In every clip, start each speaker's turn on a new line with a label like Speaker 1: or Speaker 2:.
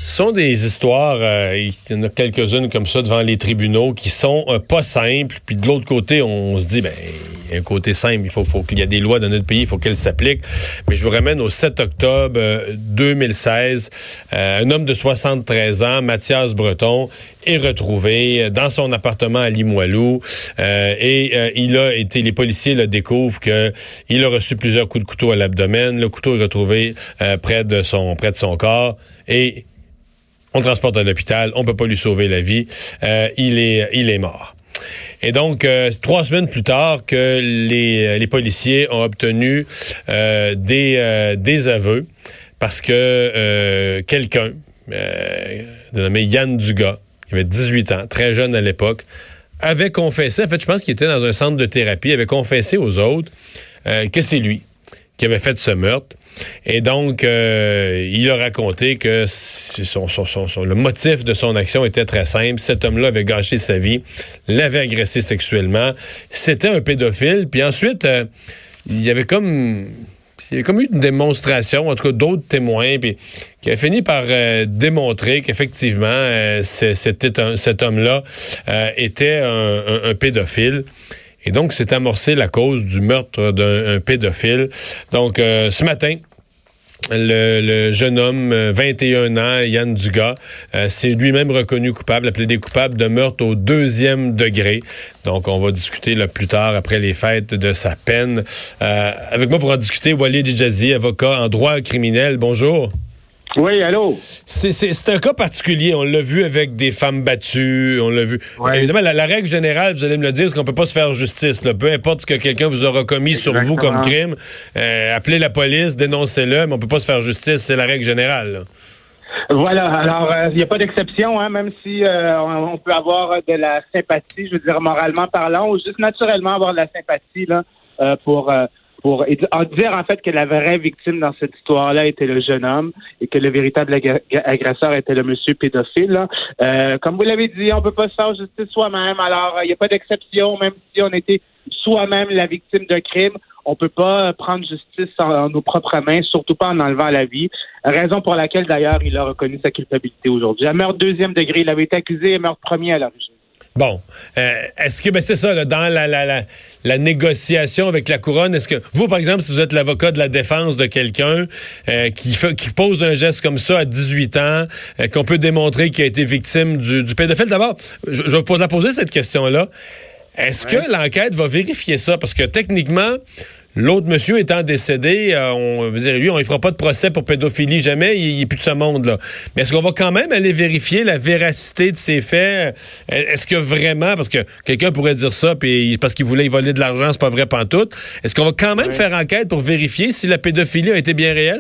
Speaker 1: sont des histoires, il y en a quelques-unes comme ça devant les tribunaux qui sont pas simples. Puis de l'autre côté, on se dit, il y a un côté simple, il faut qu'il y a des lois dans notre pays, il faut qu'elles s'appliquent. Mais je vous ramène au 7 octobre 2016. Un homme de 73 ans, Mathias Breton, est retrouvé dans son appartement à Limoilou. Les policiers le découvrent qu'il a reçu plusieurs coups de couteau à l'abdomen. Le couteau est retrouvé près de son corps et on le transporte à l'hôpital, on peut pas lui sauver la vie. Il est mort. Et donc, 3 semaines plus tard que les policiers ont obtenu des aveux parce que quelqu'un, nommé Yann Dugas, qui avait 18 ans, très jeune à l'époque, avait confessé, en fait, je pense qu'il était dans un centre de thérapie, avait confessé aux autres que c'est lui qui avait fait ce meurtre. Et donc, il a raconté que le motif de son action était très simple. Cet homme-là avait gâché sa vie, l'avait agressé sexuellement. C'était un pédophile. Puis ensuite, il y avait comme eu une démonstration, en tout cas d'autres témoins, puis qui a fini par démontrer qu'effectivement, cet homme-là était un pédophile. Et donc, c'est amorcé la cause du meurtre d'un pédophile. Donc, ce matin, le jeune homme, 21 ans, Yann Dugas, s'est lui-même reconnu coupable, plaidé coupable de meurtre au 2e degré. Donc, on va discuter là, plus tard, après les fêtes, de sa peine. Avec moi pour en discuter, Walid Hijazi, avocat en droit criminel. Bonjour.
Speaker 2: Oui, allô?
Speaker 1: C'est un cas particulier. On l'a vu avec des femmes battues. On l'a vu. Ouais. Évidemment, la règle générale, vous allez me le dire, c'est qu'on peut pas se faire justice. Là. Peu importe ce que quelqu'un vous aura commis sur vous comme crime, appelez la police, dénoncez-le, mais on peut pas se faire justice. C'est la règle générale. Là.
Speaker 2: Voilà. Alors, il n'y a pas d'exception, hein, même si on peut avoir de la sympathie, je veux dire, moralement parlant, ou juste naturellement avoir de la sympathie là, pour dire en fait que la vraie victime dans cette histoire-là était le jeune homme et que le véritable agresseur était le monsieur pédophile. Là. Comme vous l'avez dit, on peut pas se faire justice soi-même. Alors, il n'y a pas d'exception, même si on était soi-même la victime d'un crime. On peut pas prendre justice en nos propres mains, surtout pas en enlevant la vie. Raison pour laquelle, d'ailleurs, il a reconnu sa culpabilité aujourd'hui. À meurtre 2e degré, il avait été accusé à meurtre 1er à l'origine.
Speaker 1: Bon, est-ce que c'est ça là, dans la négociation avec la couronne, est-ce que vous par exemple si vous êtes l'avocat de la défense de quelqu'un qui pose un geste comme ça à 18 ans, qu'on peut démontrer qu'il a été victime du pédophile, d'abord, je vais vous poser cette question-là. Est-ce que l'enquête va vérifier ça parce que techniquement l'autre monsieur étant décédé, on ne fera pas de procès pour pédophilie jamais, il n'est plus de ce monde-là. Mais est-ce qu'on va quand même aller vérifier la véracité de ces faits? Est-ce que vraiment, parce que quelqu'un pourrait dire ça, puis parce qu'il voulait y voler de l'argent, c'est pas vrai pantoute, est-ce qu'on va quand même faire enquête pour vérifier si la pédophilie a été bien réelle?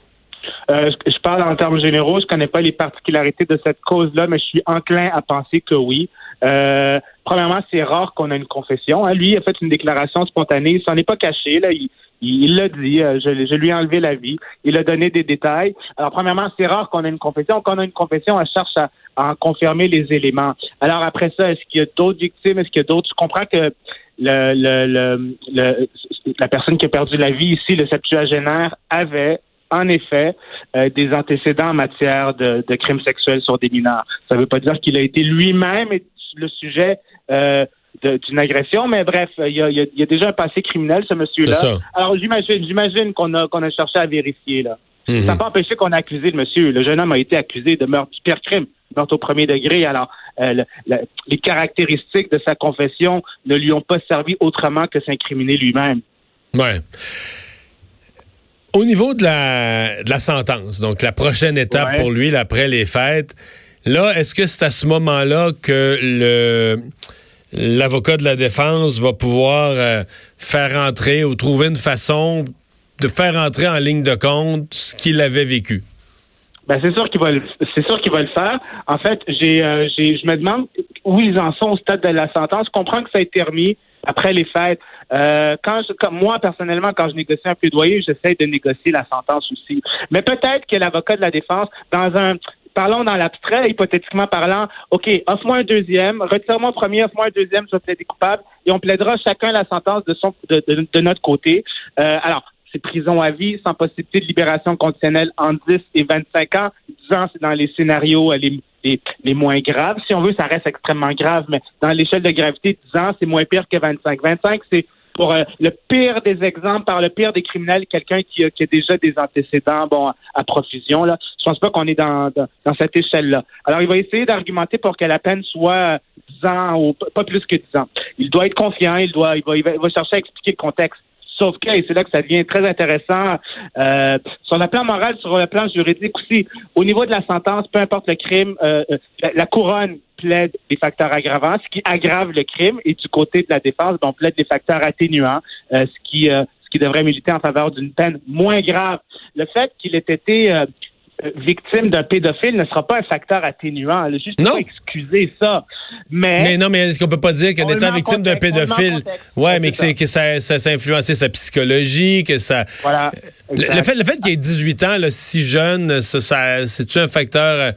Speaker 2: Je parle en termes généraux, je connais pas les particularités de cette cause-là, mais je suis enclin à penser que oui. Premièrement, c'est rare qu'on ait une confession. Lui, il a fait une déclaration spontanée, il s'en est pas caché. Là, il l'a dit, je lui ai enlevé la vie. Il a donné des détails. Alors, premièrement, c'est rare qu'on ait une confession. Quand on a une confession, elle cherche à en confirmer les éléments. Alors, après ça, est-ce qu'il y a d'autres victimes? Est-ce qu'il y a d'autres? Je comprends que la personne qui a perdu la vie ici, le septuagénaire, avait en effet des antécédents en matière de crimes sexuels sur des mineurs. Ça ne veut pas dire qu'il a été lui-même le sujet d'une agression, mais bref, il y a déjà un passé criminel, ce monsieur-là. Alors j'imagine qu'on a cherché à vérifier là. Mm-hmm. Ça n'a pas empêché qu'on a accusé le monsieur. Le jeune homme a été accusé de meurtre, du pire crime, meurtre au 1er degré. Alors les caractéristiques de sa confession ne lui ont pas servi autrement que s'incriminer lui-même.
Speaker 1: Ouais. Au niveau de la sentence, donc la prochaine étape pour lui, après les fêtes, là, est-ce que c'est à ce moment-là que l'avocat de la défense va pouvoir faire entrer ou trouver une façon de faire entrer en ligne de compte ce qu'il avait vécu?
Speaker 2: Ben c'est sûr qu'il va le faire. En fait, je me demande où ils en sont au stade de la sentence. Je comprends que ça a été remis après les fêtes. Moi, personnellement, quand je négocie un plaidoyer, j'essaie de négocier la sentence aussi. Mais peut-être que l'avocat de la défense, parlons dans l'abstrait, hypothétiquement parlant, OK, offre-moi un deuxième, retire-moi un premier, offre-moi un deuxième, je vais plaider coupable, et on plaidera chacun la sentence de notre côté. Alors, c'est prison à vie, sans possibilité de libération conditionnelle entre 10 et 25 ans. 10 ans, c'est dans les scénarios les moins graves. Si on veut, ça reste extrêmement grave, mais dans l'échelle de gravité, 10 ans, c'est moins pire que 25. 25, c'est pour le pire des exemples, par le pire des criminels, quelqu'un qui a déjà des antécédents, à profusion, là. Je pense pas qu'on est dans cette échelle-là. Alors, il va essayer d'argumenter pour que la peine soit 10 ans ou pas plus que 10 ans. Il doit être confiant, il va chercher à expliquer le contexte. Sauf que, et c'est là que ça devient très intéressant, sur le plan moral, sur le plan juridique aussi, au niveau de la sentence, peu importe le crime, la couronne plaide des facteurs aggravants, ce qui aggrave le crime, et du côté de la défense, on plaide des facteurs atténuants, ce qui devrait militer en faveur d'une peine moins grave. Le fait qu'il ait été victime d'un pédophile ne sera pas un facteur atténuant. Le juge ne peut pas excuser ça. Mais non,
Speaker 1: mais est-ce qu'on peut pas dire qu'en étant victime d'un pédophile, mais que ça a influencé sa psychologie, que ça...
Speaker 2: Voilà.
Speaker 1: Le fait qu'il ait 18 ans, là, si jeune, c'est-tu un facteur...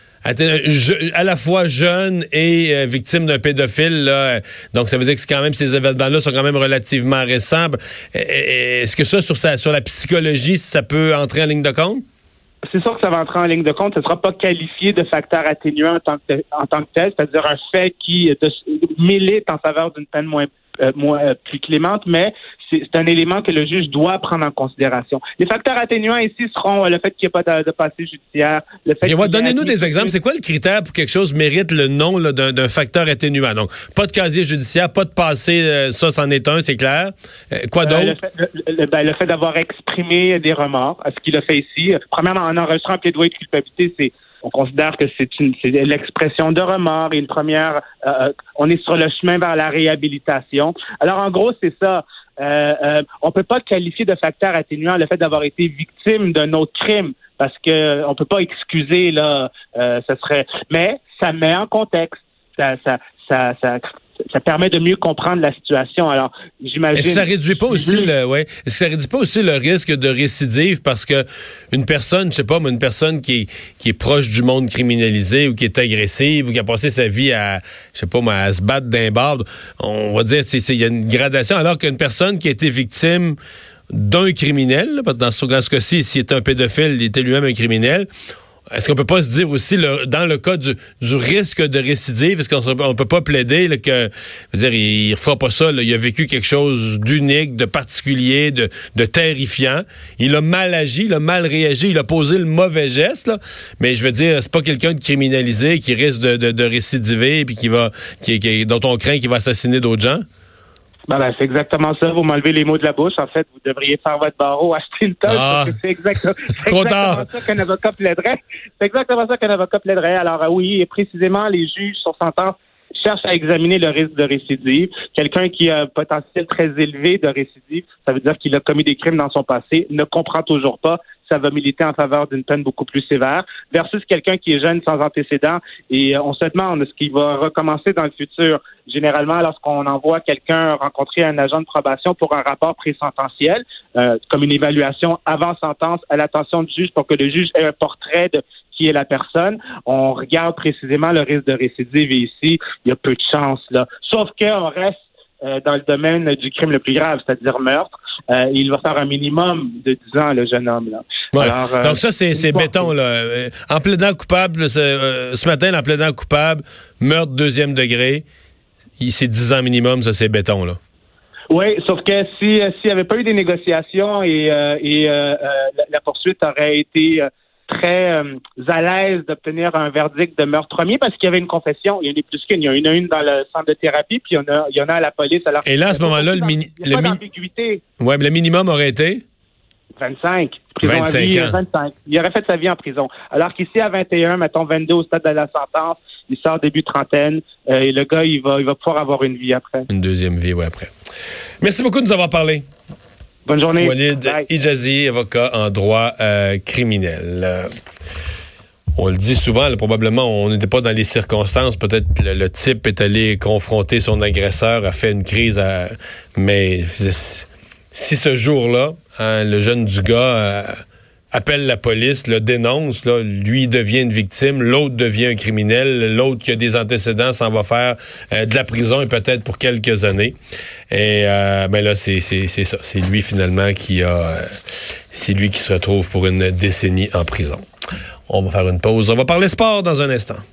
Speaker 1: à la fois jeune et victime d'un pédophile, là, donc ça veut dire que quand même ces événements-là sont quand même relativement récents. Est-ce que ça, sur la psychologie, ça peut entrer en ligne de compte?
Speaker 2: C'est sûr que ça va entrer en ligne de compte. Ce ne sera pas qualifié de facteur atténuant en tant que tel, c'est-à-dire un fait qui milite en faveur d'une peine plus clémente, mais c'est un élément que le juge doit prendre en considération. Les facteurs atténuants ici seront le fait qu'il n'y ait pas de passé judiciaire.
Speaker 1: Donnez-nous des exemples. C'est quoi le critère pour que quelque chose mérite le nom là, d'un facteur atténuant? Donc, pas de casier judiciaire, pas de passé, ça, c'en est un, c'est clair. Quoi d'autre?
Speaker 2: Le fait d'avoir exprimé des remords, ce qu'il a fait ici. Premièrement, en enregistrant un plaidoyer de culpabilité, on considère que c'est l'expression de remords et une première... on est sur le chemin vers la réhabilitation. Alors, en gros, c'est ça. On peut pas qualifier de facteur atténuant le fait d'avoir été victime d'un autre crime parce que on peut pas excuser là. Ça serait... Mais ça met en contexte. Ça permet de mieux comprendre la situation. Alors, j'imagine...
Speaker 1: Est-ce que ça réduit pas aussi est-ce que ça réduit pas aussi le risque de récidive parce que une personne, je sais pas, une personne qui est proche du monde criminalisé ou qui est agressive ou qui a passé sa vie à se battre d'un bar, on va dire, il y a une gradation, alors qu'une personne qui a été victime d'un criminel, là, dans ce cas-ci, s'il est un pédophile, il était lui-même un criminel. Est-ce qu'on peut pas se dire aussi, dans le cas du risque de récidive, est-ce qu'on peut pas plaider là, que, il refera pas ça, là, il a vécu quelque chose d'unique, de particulier, de terrifiant. Il a mal agi, il a mal réagi, il a posé le mauvais geste, là. Mais je veux dire, c'est pas quelqu'un de criminalisé qui risque de récidiver puis dont on craint qu'il va assassiner d'autres gens.
Speaker 2: C'est exactement ça. Vous m'enlevez les mots de la bouche. En fait, vous devriez faire votre barreau, acheter une toge, parce que c'est exactement ça qu'un avocat plaiderait. C'est exactement ça qu'un avocat plaiderait. Alors oui, et précisément, les juges sur sentence cherchent à examiner le risque de récidive. Quelqu'un qui a un potentiel très élevé de récidive, ça veut dire qu'il a commis des crimes dans son passé, ne comprend toujours pas. Ça va militer en faveur d'une peine beaucoup plus sévère, versus quelqu'un qui est jeune sans antécédent. Et on se demande ce qui va recommencer dans le futur. Généralement, lorsqu'on envoie quelqu'un rencontrer un agent de probation pour un rapport pré-sententiel, comme une évaluation avant sentence à l'attention du juge pour que le juge ait un portrait de qui est la personne, on regarde précisément le risque de récidive. Et ici, il y a peu de chance, là. Sauf qu'on reste dans le domaine du crime le plus grave, c'est-à-dire meurtre. Il va faire un minimum de 10 ans, le jeune homme, là.
Speaker 1: Ouais. Alors, donc ça, c'est béton, là. En plaidant coupable, ce matin, en plaidant coupable, meurtre 2e degré, c'est 10 ans minimum, ça, c'est béton, là.
Speaker 2: Oui, sauf que s'il n'y avait pas eu des négociations et la poursuite aurait été très à l'aise d'obtenir un verdict de meurtre premier parce qu'il y avait une confession. Il y en a plus qu'une. Il y en a une dans le centre de thérapie, puis il y en a à la police. Alors,
Speaker 1: et là, à ce moment-là,
Speaker 2: il n'y a pas d'ambiguïté.
Speaker 1: Oui, mais le minimum aurait été?
Speaker 2: 25. Prison
Speaker 1: 25
Speaker 2: à vie,
Speaker 1: ans.
Speaker 2: 25. Il aurait fait sa vie en prison. Alors qu'ici, à 21, mettons 22 au stade de la sentence, il sort début trentaine, et le gars, il va pouvoir avoir une vie après.
Speaker 1: Une deuxième vie, oui, après. Merci beaucoup de nous avoir parlé.
Speaker 2: Bonne journée.
Speaker 1: Walid Hijazi, avocat en droit criminel. On le dit souvent, là, probablement, on n'était pas dans les circonstances. Peut-être le type est allé confronter son agresseur, a fait une crise. Mais si ce jour-là, le jeune du gars appelle la police, le dénonce, là, lui devient une victime, l'autre devient un criminel, l'autre qui a des antécédents s'en va faire de la prison et peut-être pour quelques années. Et ben là, c'est ça. C'est lui finalement c'est lui qui se retrouve pour une décennie en prison. On va faire une pause. On va parler sport dans un instant.